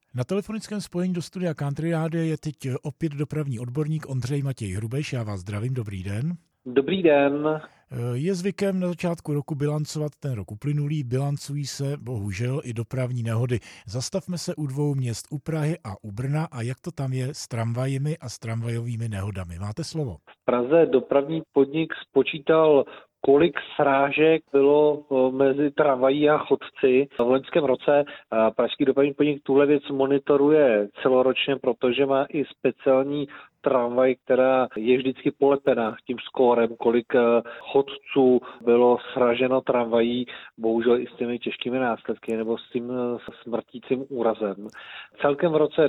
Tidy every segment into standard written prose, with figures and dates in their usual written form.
Na telefonickém spojení do studia Country Rádia je teď opět dopravní odborník Ondřej Matěj Hrubeš. Já vás zdravím, dobrý den. Dobrý den. Je zvykem na začátku roku bilancovat ten rok uplynulý, bilancují se bohužel i dopravní nehody. Zastavme se u dvou měst, u Prahy a u Brna, a jak to tam je s tramvajemi a s tramvajovými nehodami. Máte slovo. V Praze dopravní podnik spočítal, kolik srážek bylo mezi tramvají a chodci v loňském roce. Pražský dopravní podnik tuhle věc monitoruje celoročně, protože má i speciální tramvaj, která je vždycky polepena tím skórem, kolik chodců bylo sraženo tramvají, bohužel i s těmi těžkými následky nebo s tím smrtícím úrazem. Celkem v roce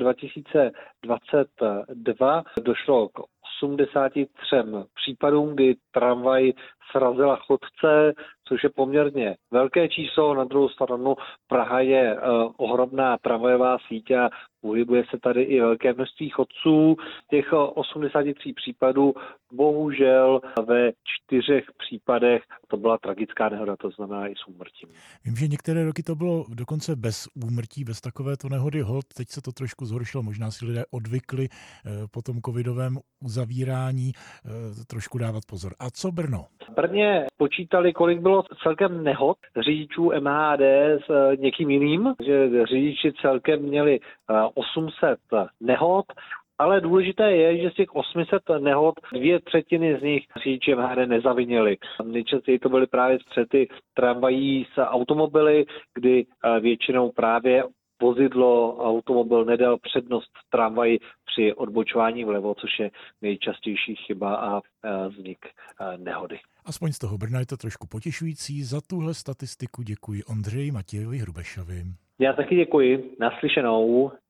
2022 došlo k 83 případům, kdy tramvaj srazila chodce, což je poměrně velké číslo. Na druhou stranu Praha je ohromná tramvajová síť a pohybuje se tady i velké množství chodců. Těch 83 případů bohužel ve 4 případech to byla tragická nehoda, to znamená i s úmrtím. Vím, že některé roky to bylo dokonce bez úmrtí, bez takovéto nehody. Holt, teď se to trošku zhoršilo, možná si lidé odvykli po tom covidovém uzavírání trošku dávat pozor. A co Brno? V Brně počítali, kolik bylo celkem nehod řidičů MHD s někým jiným, že řidiči celkem měli 800 nehod, ale důležité je, že z těch 800 nehod 2/3 z nich řidiči MHD nezavinili. Nejčastěji to byly právě střety tramvají s automobily, kdy většinou právě vozidlo, automobil nedal přednost tramvaji při odbočování vlevo, což je nejčastější chyba a vznik nehody. Aspoň z toho Brna je to trošku potěšující. Za tuhle statistiku děkuji Ondřeji Matějovi Hrubešovi. Já taky děkuji. Naslyšenou.